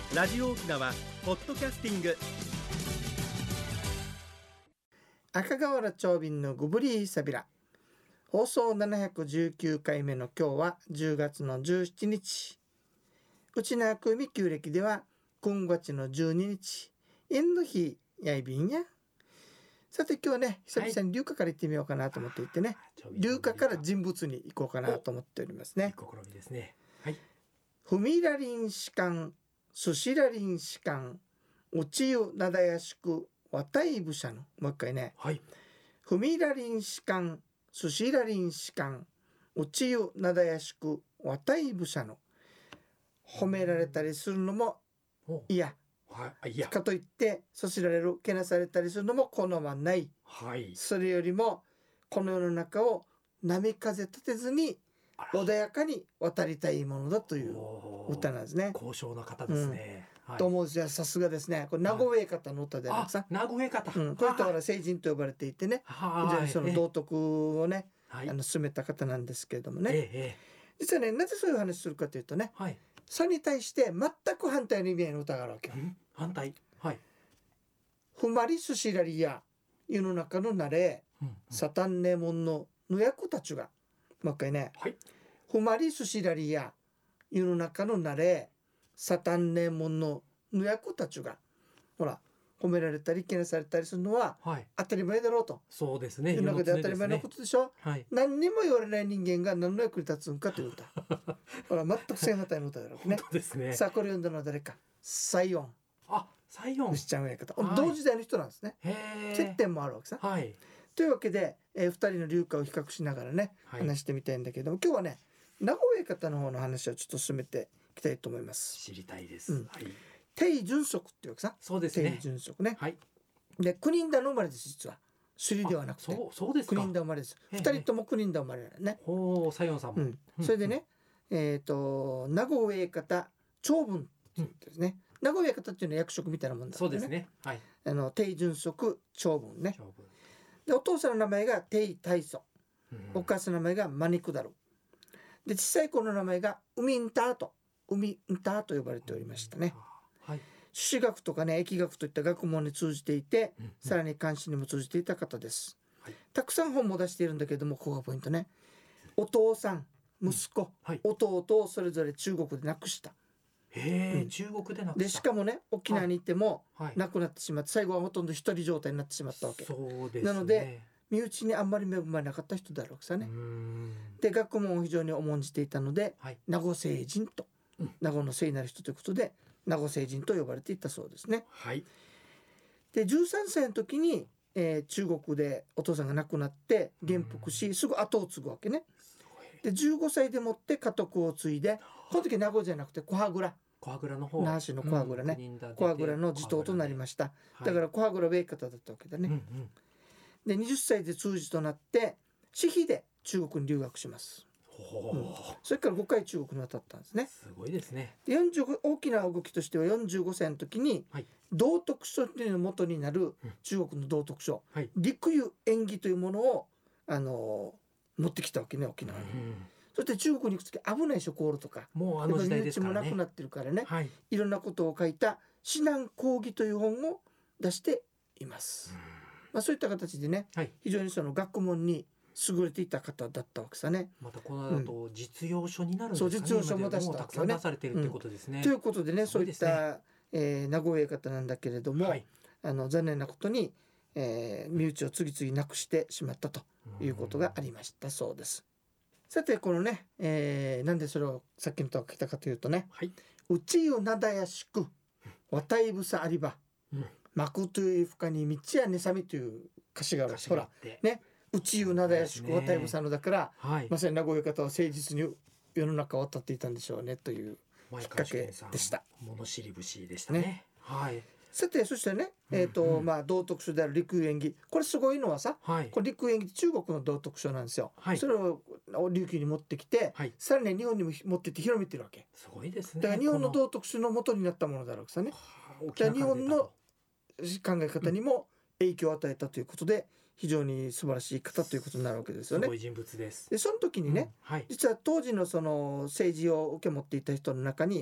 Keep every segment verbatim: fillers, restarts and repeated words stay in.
ラジオ沖縄ポッドキャスティング、 赤瓦長瓶のグブリーサビラ、放送ななひゃくじゅうきゅうかいめの今日はじゅうがつのじゅうしちにち、うちなくみ旧暦ではくんがつのじゅうににち、縁の日やいびんや。さて今日ね、久々に龍華から行ってみようかなと思っていてね、龍華から人物に行こうかなと思っておりますね。 試みですね。はい。 ふみらりんしかん、すしらりんしかん、うちゆなだやしくわたいぶしゃの。もう一回ね。 はい。 ふみらりんしかん、すしらりんしかん、うちゆなだやしくわたいぶしゃの。褒められたりするのも嫌。 はい。いや。 かといってそしられる、けなされたりするのも好まない。 はい。 それよりもこの世の中を波風立てずに穏やかに渡りたいものだという歌なんですね。 高尚な方ですね。 うん、はい、と思うんですよ。さすがですね。これ名古屋方の歌であるさ。 名古屋方。 うん、こういう人から聖人と呼ばれていてね。非常にその道徳をね、あの進めた方なんですけれどもね。ええ、実はね、なぜそういう話するかというとね、はい、それに対して全く反対の意味合いの歌があるわけよ。 反対。はい。 ふまりすしらりや世の中のなれ、うんうん、サタンネモンのぬやくたちが、もう一回ね、はい、ふまりすしらりや世の中のなれサタンネモンのぬやくたちが、ほら褒められたりけなされたりするのは当たり前だろうと、はい、 そうですね、 世の中で当たり前のことでしょ、はい、何にも言われない人間が何の役に立つんかという歌ほら全く正反対の歌だろうね。 本当ですね。 さあこれ読んだのは誰か、西音。 あ、西音。 牛ちゃん親方、はい、同時代の人なんですね。接点もあるわけさ、はい、というわけで、えー、ふたりの流歌を比較しながらね、はい、話してみたいんだけども、今日はね名古屋方の方の話をちょっと進めていきたいと思います。 知りたいです、うん、はい。 定順足っていうわけさ。 そうですね、 定順足ね、 はい、 でクニンダの生まれです。実は首里ではなくて、 そうそうですか、 クニンダ生まれです。ふたりともクニンダ生まれなんね。 ほう、西園さんも、うんうん、それでね、うん、えっ、ー、と名古屋方長文ってですね、うん、名古屋方っていうのは役職みたいなもんだからね。 そうですね、はい、 あの定順足長文ね。長文で、お父さんの名前が定大祖、うん、お母さんの名前がマニクダルで、小さい子の名前がウミンターとウミンターと呼ばれておりましたね。はい、朱子学とかね、易学といった学問に通じていて、うんうん、さらに漢詩にも通じていた方です、はい、たくさん本も出しているんだけども、ここがポイントね。お父さん、息子、うん、はい、弟をそれぞれ中国で亡くした。 へえ、うん、中国で亡くした。 でしかもね、沖縄に行っても亡くなってしまって、最後はほとんど一人状態になってしまったわけ。 そうですね、 なので身内にあんまり恵まれなかった人だろうさね。で学問を非常に重んじていたので、はい、名護聖人と、うん、名護の聖になる人ということで名護聖人と呼ばれていたそうですね。はい、でじゅうさんさいの時に、えー、中国でお父さんが亡くなって元服し、すぐ後を継ぐわけね。でじゅうごさいでもって家督を継いで、この時名護じゃなくて小羽倉、 小羽倉の方、 那覇市の小羽倉ね、うん、小羽倉の地頭となりました、はい、だから小羽倉ベイ方だったわけだね、うんうん、ではたちで通詞となって私費で中国に留学します。うん、それからごかい中国に渡ったんですね。 すごいですね。 でよんじゅうご大きな動きとしてはよんじゅうごさいの時に、はい、道徳書というの元になる中国の道徳書、うん、はい、陸遊演技というものを、あのー、持ってきたわけね、沖縄に、うん、そして中国に行く時危ないでしょ、航路とかもうあの時代ですからね、 身内もなくなってるからね、 はい、 いろんなことを書いた指南講義という本を出しています、うん、まあ、そういった形でね、はい、非常にその学問に優れていた方だったわけさね。 またこの後実用書になるんですかね、 うん、そう、実用書も出したわけよね。 もうたくさん出されているということですね、 うん、ということでね、そういった、えー、名古屋方なんだけれども、はい、あの残念なことに、えー、身内を次々なくしてしまったということがありましたそうです。さてこのね、えー、なんでそれをさっきのと書いたかというとね、はい、うちゆなだやしくわたいぶさありば、うん、まくという深に道やねさみという歌詞がある。ほらね、うちゆなだやしくわたいぶさのだから、はい、まさに名古屋方は誠実に世の中を渡っていたんでしょうねというきっかけでした。 物知り節でしたね。ね、はい。 さてそしてね、えーとうんうん、まあ、道徳書である陸遊演技、これすごいのはさ、はい、これ陸遊演技って中国の道徳書なんですよ、はい、それを琉球に持ってきて、はい、さらに日本にも持ってって広めてるわけ。 すごいですね。 だから日本の道徳書の元になったものだろうさね。だから日本の考え方にも影響を与えたということで、非常に素晴らしい方ということになるわけですよね。 すごい人物です。 でその時にね、うん、はい、実は当時のその政治を受け持っていた人の中に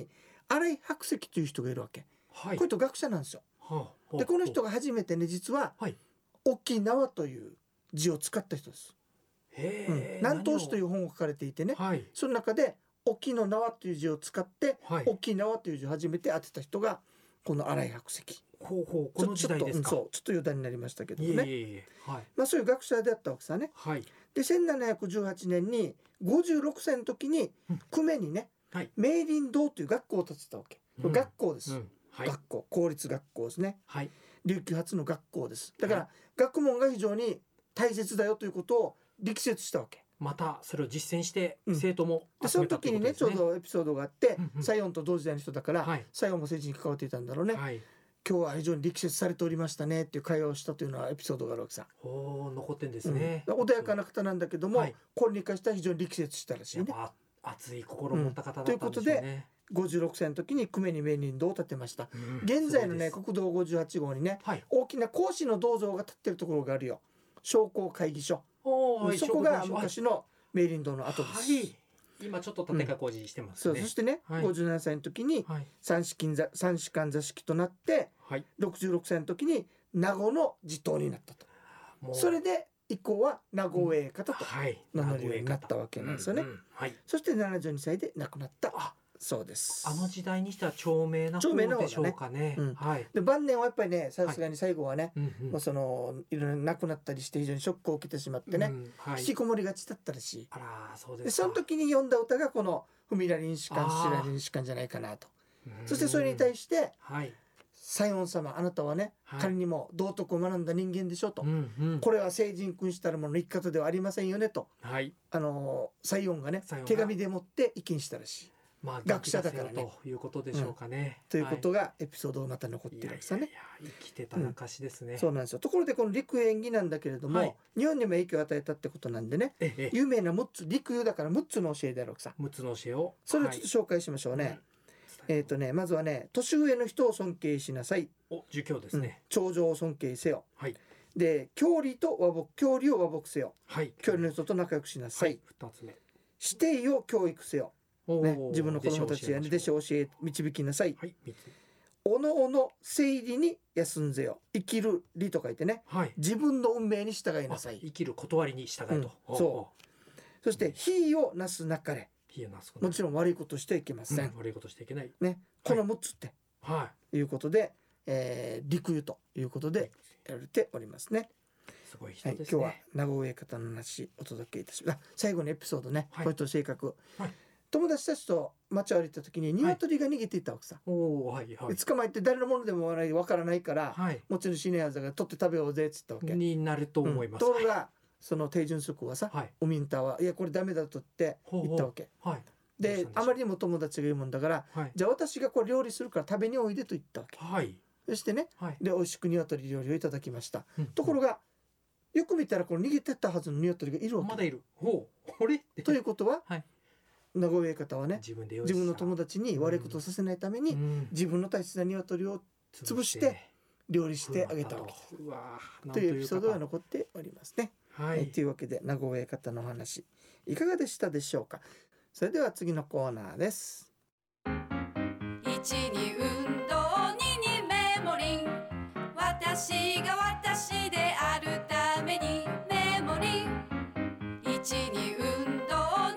新井白石という人がいるわけ、 はい、 この人学者なんですよ。 はあ、 でこの人が初めてね実は、 はい、 沖縄という字を使った人です。 へうん、 ー南東史という本を書かれていてね、 はい、 その中で沖の縄という字を使って、 はい、 沖縄という字を初めて当てた人がこの新井白石。 ほうほう、この時代ですか。 ちょっと、うん、そうちょっと余談になりましたけどもね。 いえいえいえ、はい、 まあそういう学者であったわけさね。 はい、 でせんななひゃくじゅうはちねんにごじゅうろくさいの時に久米にね、 はい、 明林堂という学校を建てたわけ。これ学校です、 うんうん、はい、 学校、公立学校ですね、 はい、 琉球初の学校です。だから、はい、学問が非常に大切だよということを力説したわけ。 またそれを実践してうん生徒もでその時にねちょうどエピソードがあって、 うんうん、 西園と同時代の人だから、 はい、 西園も政治に関わっていたんだろうね、 はい、 今日は非常に力説されておりましたねっていう会話をしたというのはエピソードがあるわけさ。 お残ってんですね、 うん、穏やかな方なんだけども、 はい、 これに関しては非常に力説したらしいね。 やっぱ熱い心を持った方だったんでしょうね、 うん、ということでごじゅうろくさいの時に久米に明林堂を建てました、うん、現在のね国道ごじゅうはちごうにね、はい、大きな孔子の銅像が建ってるところがあるよ。商工会議所、はい、そこが昔の明林堂の跡です、はい、 今ちょっと建て替え工事してますね、 うん、そうそしてね、はい、ごじゅうななさいの時に三子金座三子間座敷となって、はい、ろくじゅうろくさいの時に名護の地頭になったと。それで以降は名護親方と名乗るようになったわけなんですよね、うんうん、はい、そしてななじゅうにさいで亡くなったそうです。 あの時代にしては長命な方でしょうかね。 ね、うんはい、で晩年はやっぱりねさすがに最後はね、はい、もうそのいろいろ亡くなったりして非常にショックを受けてしまってね、うんはい、引きこもりがちだったらしい。 あらそうですか。 でその時に読んだ歌がこの「文良臨士館白良臨士館」じゃないかなと。そしてそれに対して「はい、西園様あなたはね、はい、仮にも道徳を学んだ人間でしょ」と、うんうん、これは聖人君したるものの生き方ではありませんよねと、はい、あの西園がね手紙でもって意見したらしい。まあ、学者だからねということでしょうかね、 うん、ということがエピソードがまた残ってるわけですね。 いやいやいや生きてた証ですね、 うん、そうなんですよ。ところでこの陸縁起なんだけれども、はい、日本にも影響を与えたってことなんでね、ええ、有名なむっつ陸遊だからむっつの教えであるわけさ。 むっつの教えをそれをちょっと紹介しましょうね、はい、えっ、ー、とねまずはね年上の人を尊敬しなさい。 お儒教ですね、うん、 長女を尊敬せよ、はい、で郷里と和睦郷里を和睦せよ、はい、郷里の人と仲良くしなさい、はい、ふたつめ指定を教育せよ、ね、自分の子供たちや弟子を教え導きなさい、はい、おのおの生理に休んぜよ。生きる理と書いてね、はい、自分の運命に従いなさい。 生きる断りに従いと、うん、 そうそして非をなすなかれ。もちろん悪いことしてはいけません、 うん、悪いことしていけない、 ね、このむっつって、はい、いうことで、えー、陸遊ということでやられておりますね。 すごい人ですね、 はい、今日は名護上方の話お届けいたします。あ最後のエピソードね、はい、これと性格、はい友達たちと街を歩いた時に鶏が逃げていったわけさ、はいはいはい、捕まえて誰のものでもわからないから、はい、持ち主のやつが取って食べようぜっつったわけになると思います、 うん、ところが、はい、その定順則はさ、はい、おみんたはいやこれダメだとって言ったわけほうほう、はい、であまりにも友達が言うもんだから、はい、じゃあ私がこれ料理するから食べにおいでと言ったわけ、はい、そしてね、はい、で美味しく鶏料理をいただきました、うん、ところがよく見たらこの逃げてったはずの鶏がいるわけ。 まだいる。ほうこれということは、はい名護上方はね自分で自分の友達に悪いことをさせないために、うん、自分の大切な鶏を潰して料理してあげたわけです。うわというエピソードが残っておりますね、はいえー、というわけで名護上方のお話いかがでしたでしょうか。それでは次のコーナーです。 いちに運動ににメモリン私が私であるためにメモリンいちに運動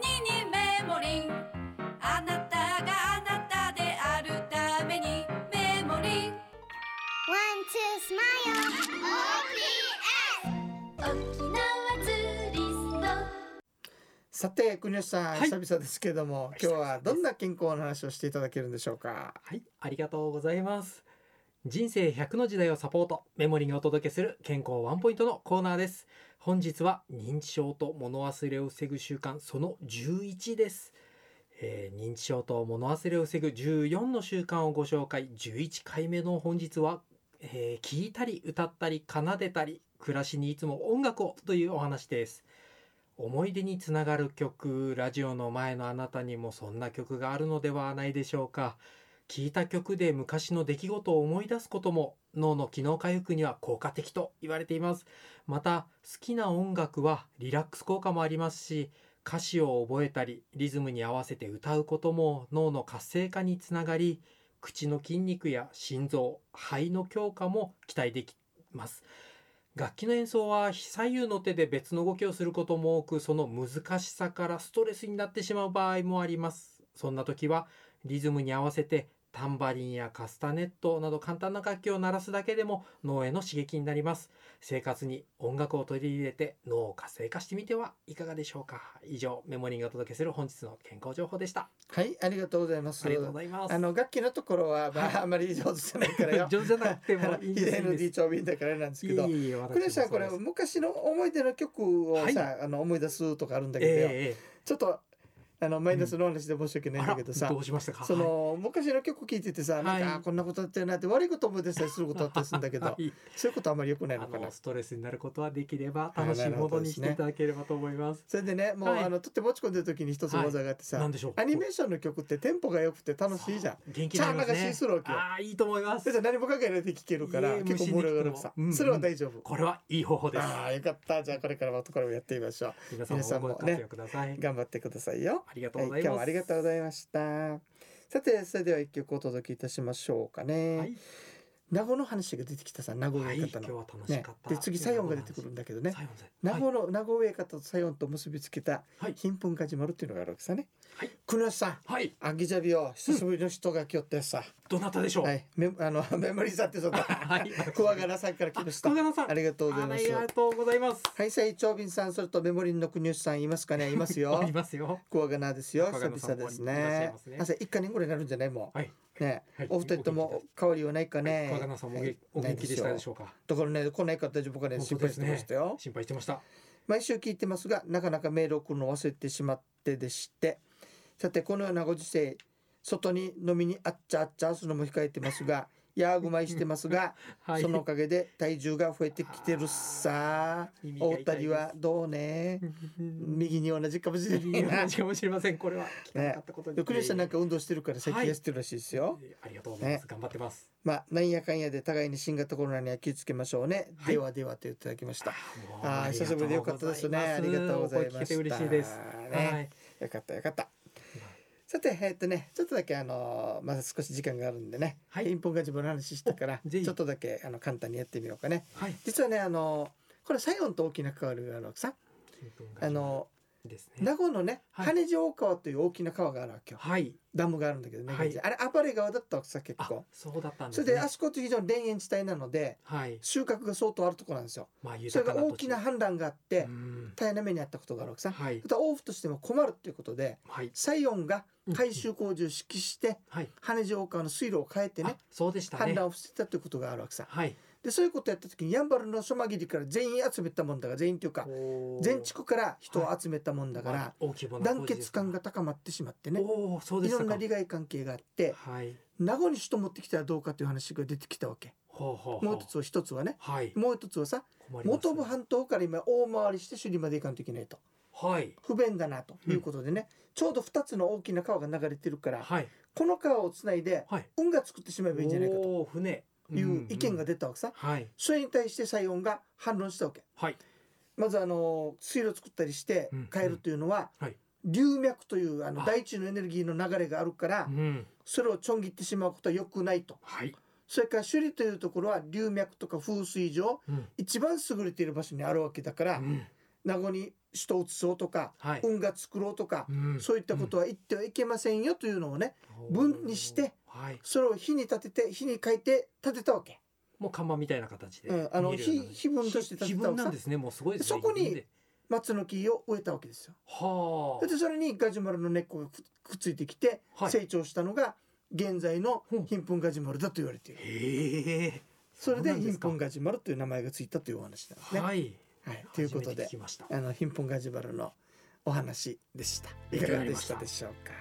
さて国吉さん、はい、久々ですけれども今日はどんな健康の話をしていただけるんでしょうか。 はい、ありがとうございます。人生ひゃくの時代をサポートメモリーがお届けする健康ワンポイントのコーナーです。本日は認知症と物忘れを防ぐ習慣そのじゅういちです、えー、認知症と物忘れを防ぐじゅうよんの習慣をご紹介。じゅういっかいめの本日は、えー、聞いたり歌ったり奏でたり暮らしにいつも音楽をというお話です。思い出につながる曲、ラジオの前のあなたにもそんな曲があるのではないでしょうか。聴いた曲で昔の出来事を思い出すことも脳の機能回復には効果的と言われています。また好きな音楽はリラックス効果もありますし、 歌詞を覚えたりリズムに合わせて歌うことも脳の活性化につながり、口の筋肉や心臓、肺の強化も期待できます。楽器の演奏は左右の手で別の動きをすることも多く、その難しさからストレスになってしまう場合もあります。そんな時はリズムに合わせてタンバリンやカスタネットなど簡単な楽器を鳴らすだけでも脳への刺激になります。生活に音楽を取り入れて脳を活性化してみてはいかがでしょうか。以上、メモリーがお届けする本日の健康情報でした。 はい、ありがとうございます。 ありがとうございます。 あの楽器のところは、まあ、あまり上手じゃないからよ上手じゃなくてもいいんです。 ヒデの D 長瓶だからあれなんですけど、 いえいえ、 クレさんこれ昔の思い出の曲をさ、はい、あの思い出すとかあるんだけどよ、えー、ちょっとあのマイナスの話で申し訳ないんだけどさ、 うん、どうしましたか。 その、はい、昔の曲聴いててさ、なんか、はい、こんなことあったよなって悪いこと思い出したりすることあったりするんだけど、はい、そういうことあんまり良くないのかな。 ストレスになることはできれば楽しいものにしていただければと思います。 それでね、もう、はい、あのとって持ち込んでる時に一つ技があってさ、はい、アニメーションの曲ってテンポが良くて楽しいじゃん。 元気になりますね。 チャー流しするわけよ。 ああ、いいと思います。 それ何もかけないで聴けるから結構盛り上がるさ、うんうん、それは大丈夫。 これはいい方法です。 ああ、よかった。じゃあこれからもところもやってみましょう。 皆さんも、皆さんもね、ご活用ください。 頑張ってくださいよ。 ありがとうございます。 はい、今日もありがとうございました。さて、それでは一曲お届けいたしましょうかね。はい、名護の話が出てきたさ、名護植え方の、はい、今日は楽しかった、ね、で次西音が出てくるんだけどね、名護の名護植え方と西音と結びつけた貧困が始まるっていうのがあるわけさね。はい、国吉さん、はい、アギジャビオ久しぶりの人が来よってさ、 うん、どなたでしょう。 はい、メあのメモリーさんってそうだ、はい、クワガナさんから来ました。クワガナさん、ありがとうございます。 ありがとうございます。 はい、西長瓶さん、それとメモリーの国吉さんいますかね。いますよ。 いますよ。 クワガナですよ。久々ですね。朝一か年ぐらいになるんじゃないもう。はい。ね、はい、お二人とも変わりはないかね。 クワガナさんもお元気でしたでしょうか。 だからね、来ないかった僕はね、心配してましたよ。 心配してました。 毎週聞いてますが、なかなかメールを送るのを忘れてしまってでして、さてこのようなご時世、外に飲みにあっちゃあっちゃすのも控えてますが、ヤーグマイしてますが、はい、そのおかげで体重が増えてきてるさ。お二人はどうね。右に同じかもしれないな。 同じかもしれません。これは聞かなかったことに。 ね、クリスさんなんか運動してるから最近痩せてるらしいですよ。はい、 ありがとうございます。ね、頑張ってます。 まあなんやかんやで互いに新型コロナには気をつけましょうね。はい、ではではといただきました。ああ、久しぶりでよかったですね。ありがとうございました。 嬉しいです。 ね、はい、よかったよかった。さて、えっとね、ちょっとだけあのまだ少し時間があるんでね、はい、貧乏が自分の話したからちょっとだけあの簡単にやってみようかね。はい、実はね、あのこれ西音と大きな関わりがあるわけさ。あのですね、名護のね、はい、羽地大川という大きな川があるわけよ。はい、ダムがあるんだけどね、はい、あれ暴れ川だったわけさ結構。 そうだったんですね。 それであそこって非常に田園地帯なので、はい、収穫が相当あるところなんですよ。まあ、それが大きな氾濫があって大変な目にあったことがあるわけさ。はい、王府としても困るっていうことで、はい、西音が改修工事を指揮して、はい、羽地大川の水路を変えてね、そうでしたね、氾濫を防いだということがあるわけさ。はい、でそういうことをやった時にやんばるのそまぎりから全員集めたもんだから、全員というか全地区から人を集めたもんだから、はい、団結感が高まってしまってね、おそうですか、いろんな利害関係があって、はい、名護に人持ってきたらどうかという話が出てきたわけ。ほうほうほう、もう一つは一つはね、はい、もう一つはさ、本部半島から今大回りして首里まで行かんといけないと、はい、不便だなということでね、うん、ちょうどふたつの大きな川が流れてるから、はい、この川をつないで、はい、運河作ってしまえばいいんじゃないかと船いう意見が出たわけさ。うんうん、はい、それに対して西音が反論したわけ。はい、まずあの水路を作ったりして変えるというのは、うんうん、はい、流脈というあの大地のエネルギーの流れがあるから、うん、それをちょん切ってしまうことは良くないと。はい、それから首里というところは流脈とか風水上、うん、一番優れている場所にあるわけだから、うん、名護に首都を移そうとか、はい、運河作ろうとか、うん、そういったことは言ってはいけませんよというのをね、うん、文にして、はい、それを火に立てて火に書いて立てたわけ。 もう看板みたいな形で、 うん、あの火火文として立てたわけ。 なんですね。もうすごいですね。 そこに松の木を植えたわけですよ。はあ。でそれにガジュマルの根っこがくっついてきて、はい、成長したのが現在の貧困ガジュマルだと言われている。へえ。それで貧困ガジュマルという名前がついたというお話なんですね。はい。はい、ということで、あの貧困ガジュマルのお話でした。いかがでしたでしょうか。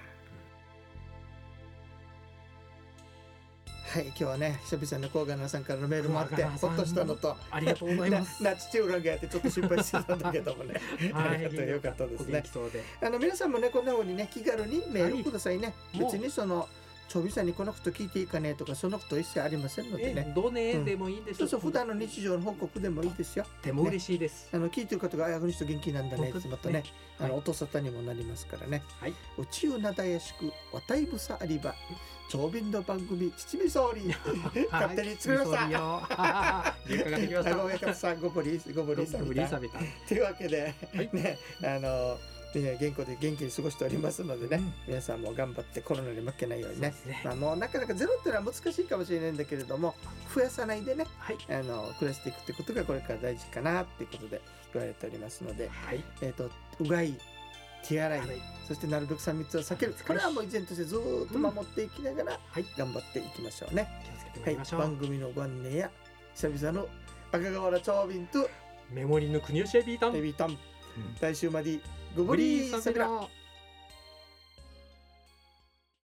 はい、今日はね、久々に甲賀さんからのメールもあってほっとしたのと、 ありがとうございます。 な父親がやってちょっと心配してたんだけどもね、ありがとう、よかったですね。あの皆さんもね、こんな風にね、気軽にメールくださいね。はい、別にその長尾さんにこのこと聞いていいかねとかそのこと一切ありませんのでね。 えどうね、うん、でもいいんです。 そうそう、普段の日常の報告でもいいですよ。 とても嬉しいです、 ね、あの聞いてる方があこの人元気なんだねってまたね、ね、あの、はい、音沙汰にもなりますからね。はい。宇宙なだやしくわたいぶさありば長瓶の番組七味総理勝手に作りました。 結果ができました。 ごめんなさい、ごぼりごぼりさびた。というわけで、はい、ねあの。ね、元気で元気に過ごしておりますのでね、うん、皆さんも頑張ってコロナに負けないように ね, ね、まあ、もうなかなかゼロっていうのは難しいかもしれないんだけれども増やさないでね、はい、あの暮らしていくってことがこれから大事かなっていうことで言われておりますので、はい、えーと、うがい、手洗い、はい、そしてなるべくさんみっつを避ける、これはもう依然としてずっと守っていきながら頑張っていきましょうね、 気をつけてまいりましょう、 はい、番組のご案内や久々の赤瓦長瓶とメモリーの国吉エビータンエビータン、来週までごぶりーさびら。